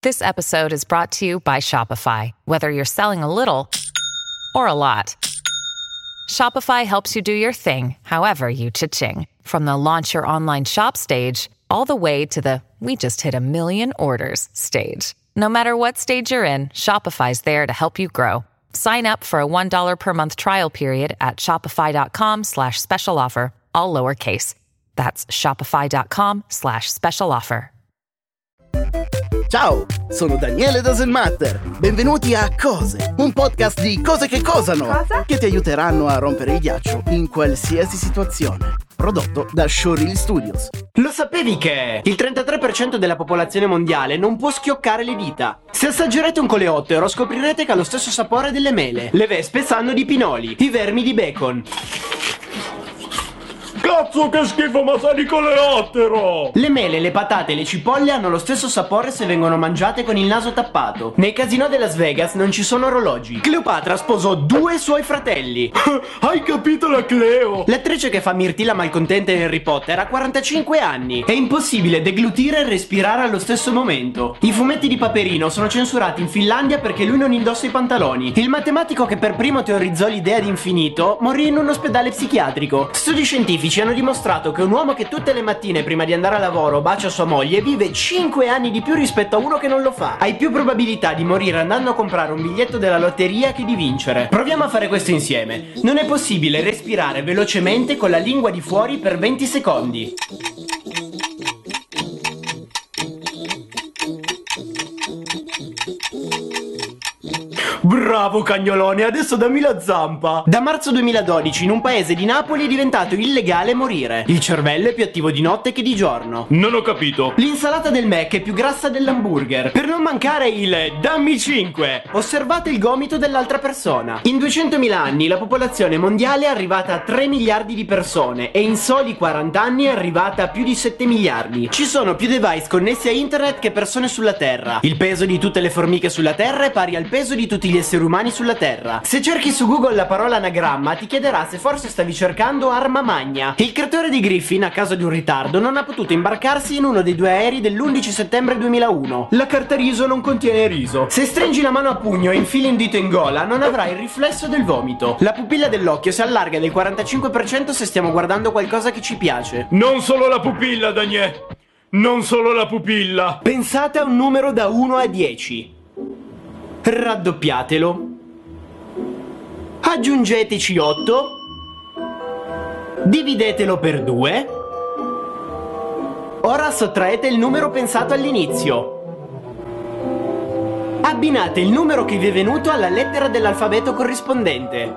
This episode is brought to you by Shopify. Whether you're selling a little or a lot, Shopify helps you do your thing, however you cha-ching. From the launch your online shop stage, all the way to the we just hit 1 million orders stage. No matter what stage you're in, Shopify's there to help you grow. Sign up for a $1 per month trial period at shopify.com/special offer, all lowercase. That's shopify.com/special offer. Ciao, sono Daniele Doesn't Matter. Benvenuti a Cose, un podcast di cose che cosano. Cosa? Che ti aiuteranno a rompere il ghiaccio in qualsiasi situazione. Prodotto da Showreel Studios. Lo sapevi che il 33% della popolazione mondiale non può schioccare le dita? Se assaggerete un coleottero scoprirete che ha lo stesso sapore delle mele. Le vespe sanno di pinoli, i vermi di bacon. Cazzo che schifo, ma sa di coleottero! Le mele, le patate e le cipolle hanno lo stesso sapore se vengono mangiate con il naso tappato. Nei casinò di Las Vegas non ci sono orologi. Cleopatra sposò 2 suoi fratelli. Hai capito la Cleo? L'attrice che fa Mirtilla malcontenta in Harry Potter ha 45 anni. È impossibile deglutire e respirare allo stesso momento. I fumetti di Paperino sono censurati in Finlandia perché lui non indossa i pantaloni. Il matematico che per primo teorizzò l'idea di infinito morì in un ospedale psichiatrico. Studi scientifici hanno dimostrato che un uomo che tutte le mattine prima di andare a lavoro bacia sua moglie vive 5 anni di più rispetto a uno che non lo fa. Hai più probabilità di morire andando a comprare un biglietto della lotteria che di vincere. Proviamo a fare questo insieme. Non è possibile respirare velocemente con la lingua di fuori per 20 secondi. Bravo cagnolone, adesso dammi la zampa. Da marzo 2012 in un paese di Napoli è diventato illegale morire. Il cervello è più attivo di notte che di giorno. Non ho capito. L'insalata del Mac è più grassa dell'hamburger. Per non mancare il dammi 5. Osservate il gomito dell'altra persona. In 200.000 anni la popolazione mondiale è arrivata a 3 miliardi di persone e in soli 40 anni è arrivata a più di 7 miliardi. Ci sono più device connessi a internet che persone sulla Terra. Il peso di tutte le formiche sulla Terra è pari al peso di tutti gli esseri umani sulla Terra. Se cerchi su Google la parola anagramma ti chiederà se forse stavi cercando arma magna. Il creatore di Griffin, a causa di un ritardo, non ha potuto imbarcarsi in uno dei 2 aerei dell'11 settembre 2001. La carta riso non contiene riso. Se stringi la mano a pugno e infili un dito in gola non avrai il riflesso del vomito. La pupilla dell'occhio si allarga del 45% se stiamo guardando qualcosa che ci piace. Non solo la pupilla, Daniele. Non solo la pupilla. Pensate a un numero da 1 a 10. Raddoppiatelo. Aggiungeteci 8. Dividetelo per 2. Ora sottraete il numero pensato all'inizio. Abbinate il numero che vi è venuto alla lettera dell'alfabeto corrispondente.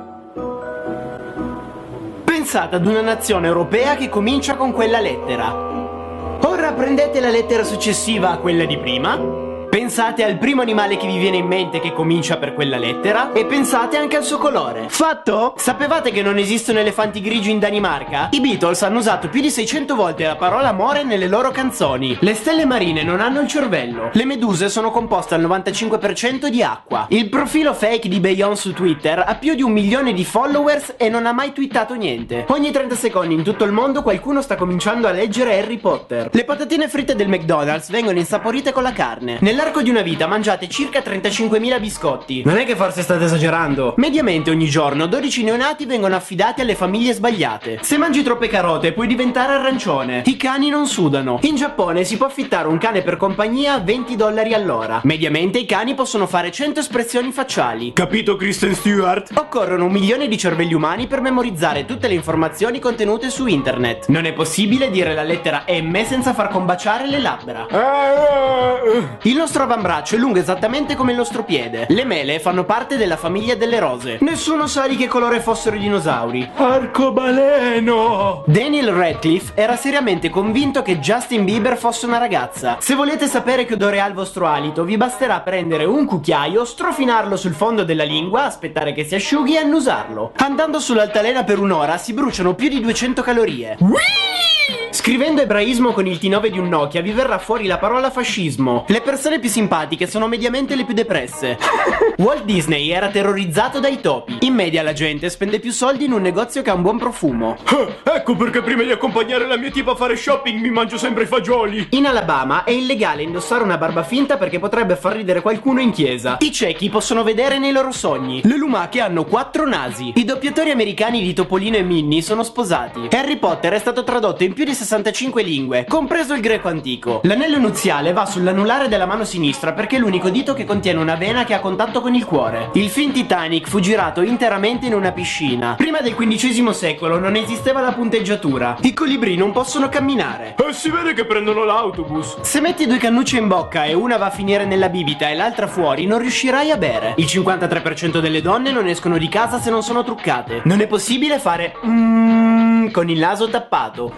Pensate ad una nazione europea che comincia con quella lettera. Ora prendete la lettera successiva a quella di prima. Pensate al primo animale che vi viene in mente che comincia per quella lettera e pensate anche al suo colore. Fatto? Sapevate che non esistono elefanti grigi in Danimarca? I Beatles hanno usato più di 600 volte la parola amore nelle loro canzoni. Le stelle marine non hanno il cervello. Le meduse sono composte al 95% di acqua. Il profilo fake di Beyoncé su Twitter ha più di 1 milione di followers e non ha mai twittato niente. Ogni 30 secondi in tutto il mondo qualcuno sta cominciando a leggere Harry Potter. Le patatine fritte del McDonald's vengono insaporite con la carne. Nell'arco di una vita mangiate circa 35.000 biscotti. Non è che forse state esagerando? Mediamente ogni giorno 12 neonati vengono affidati alle famiglie sbagliate. Se mangi troppe carote puoi diventare arancione. I cani non sudano. In Giappone si può affittare un cane per compagnia a $20 all'ora. Mediamente i cani possono fare 100 espressioni facciali. Capito, Kristen Stewart? Occorrono 1 milione di cervelli umani per memorizzare tutte le informazioni contenute su internet. Non è possibile dire la lettera M senza far combaciare le labbra. Il nostro avambraccio è lungo esattamente come il nostro piede. Le mele fanno parte della famiglia delle rose. Nessuno sa di che colore fossero i dinosauri. Arcobaleno! Daniel Radcliffe era seriamente convinto che Justin Bieber fosse una ragazza. Se volete sapere che odore ha il vostro alito, vi basterà prendere un cucchiaio, strofinarlo sul fondo della lingua, aspettare che si asciughi e annusarlo. Andando sull'altalena per un'ora si bruciano più di 200 calorie. Scrivendo ebraismo con il T9 di un Nokia vi verrà fuori la parola fascismo. Le persone più simpatiche sono mediamente le più depresse. Walt Disney era terrorizzato dai topi. In media la gente spende più soldi in un negozio che ha un buon profumo. Ecco perché prima di accompagnare la mia tipa a fare shopping mi mangio sempre i fagioli. In Alabama è illegale indossare una barba finta perché potrebbe far ridere qualcuno in chiesa. I ciechi possono vedere nei loro sogni. Le lumache hanno 4 nasi. I doppiatori americani di Topolino e Minnie sono sposati. Harry Potter è stato tradotto in più di 65 lingue, compreso il greco antico. L'anello nuziale va sull'anulare della mano sinistra perché è l'unico dito che contiene una vena che ha contatto con il cuore. Il film Titanic fu girato interamente in una piscina. Prima del XV secolo non esisteva la punteggiatura. I colibrì non possono camminare. E si vede che prendono l'autobus. Se metti 2 cannucce in bocca e una va a finire nella bibita e l'altra fuori, non riuscirai a bere. Il 53% delle donne non escono di casa se non sono truccate. Non è possibile fare con il naso tappato.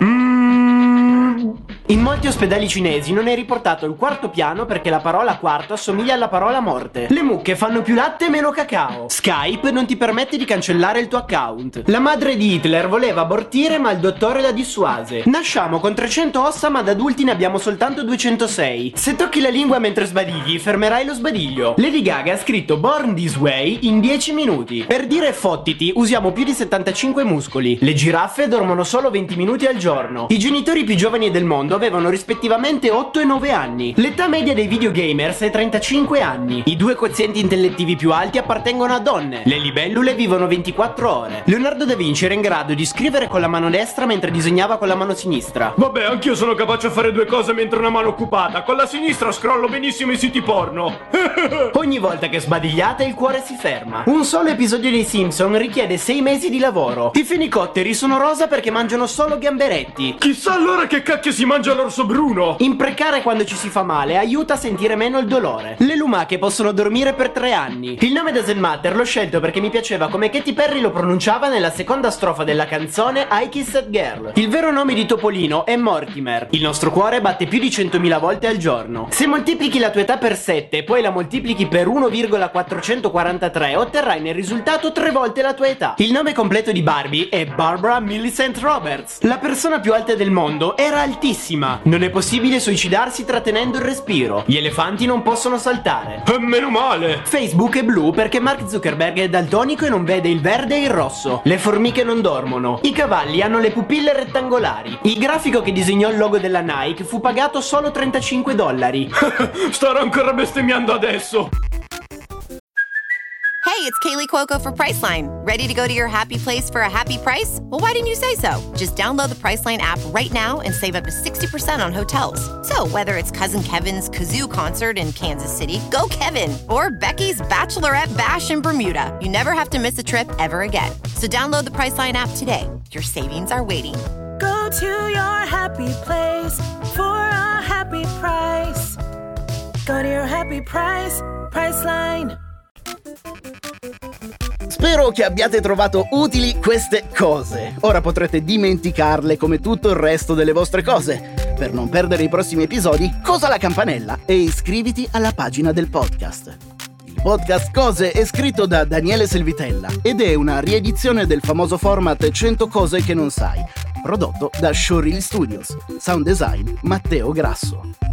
In molti ospedali cinesi non è riportato il quarto piano perché la parola quarto assomiglia alla parola morte. Le mucche fanno più latte e meno cacao. Skype non ti permette di cancellare il tuo account. La madre di Hitler voleva abortire ma il dottore la dissuase. Nasciamo con 300 ossa ma da adulti ne abbiamo soltanto 206. Se tocchi la lingua mentre sbadigli fermerai lo sbadiglio. Lady Gaga ha scritto Born This Way in 10 minuti. Per dire fottiti usiamo più di 75 muscoli. Le giraffe dormono solo 20 minuti al giorno. I genitori più giovani del mondo avevano rispettivamente 8 e 9 anni. L'età media dei videogamers è 35 anni. I 2 quozienti intellettivi più alti appartengono a donne. Le libellule vivono 24 ore. Leonardo da Vinci era in grado di scrivere con la mano destra mentre disegnava con la mano sinistra. Vabbè, anch'io sono capace a fare 2 cose mentre una mano occupata. Con la sinistra scrollo benissimo i siti porno. Ogni volta che sbadigliate il cuore si ferma. Un solo episodio dei Simpson richiede 6 mesi di lavoro. I fenicotteri sono rosa perché mangiano solo gamberetti. Chissà allora che cacchio si mangia l'orso bruno. Imprecare quando ci si fa male aiuta a sentire meno il dolore. Le lumache possono dormire per 3 anni. Il nome Doesn't Matter l'ho scelto perché mi piaceva come Katy Perry lo pronunciava nella seconda strofa della canzone I Kissed That Girl. Il vero nome di Topolino è Mortimer. Il nostro cuore batte più di 100.000 volte al giorno. Se moltiplichi la tua età per 7 e poi la moltiplichi per 1,443 otterrai nel risultato 3 volte la tua età. Il nome completo di Barbie è Barbara Millicent Roberts. La persona più alta del mondo era altissima. Non è possibile suicidarsi trattenendo il respiro. Gli elefanti non possono saltare. Meno male. Facebook è blu perché Mark Zuckerberg è daltonico e non vede il verde e il rosso. Le formiche non dormono. I cavalli hanno le pupille rettangolari. Il grafico che disegnò il logo della Nike fu pagato solo $35. Starò ancora bestemmiando adesso. Hey, it's Kaylee Cuoco for Priceline. Ready to go to your happy place for a happy price? Well, why didn't you say so? Just download the Priceline app right now and save up to 60% on hotels. So, whether it's Cousin Kevin's Kazoo Concert in Kansas City, go Kevin, or Becky's Bachelorette Bash in Bermuda, you never have to miss a trip ever again. So download the Priceline app today. Your savings are waiting. Go to your happy place for a happy price. Go to your happy price, Priceline. Spero che abbiate trovato utili queste cose. Ora potrete dimenticarle come tutto il resto delle vostre cose. Per non perdere i prossimi episodi, cosa la campanella e iscriviti alla pagina del podcast. Il podcast Cose è scritto da Daniele Selvitella ed è una riedizione del famoso format 100 cose che non sai, prodotto da Showreel Studios. Sound design Matteo Grasso.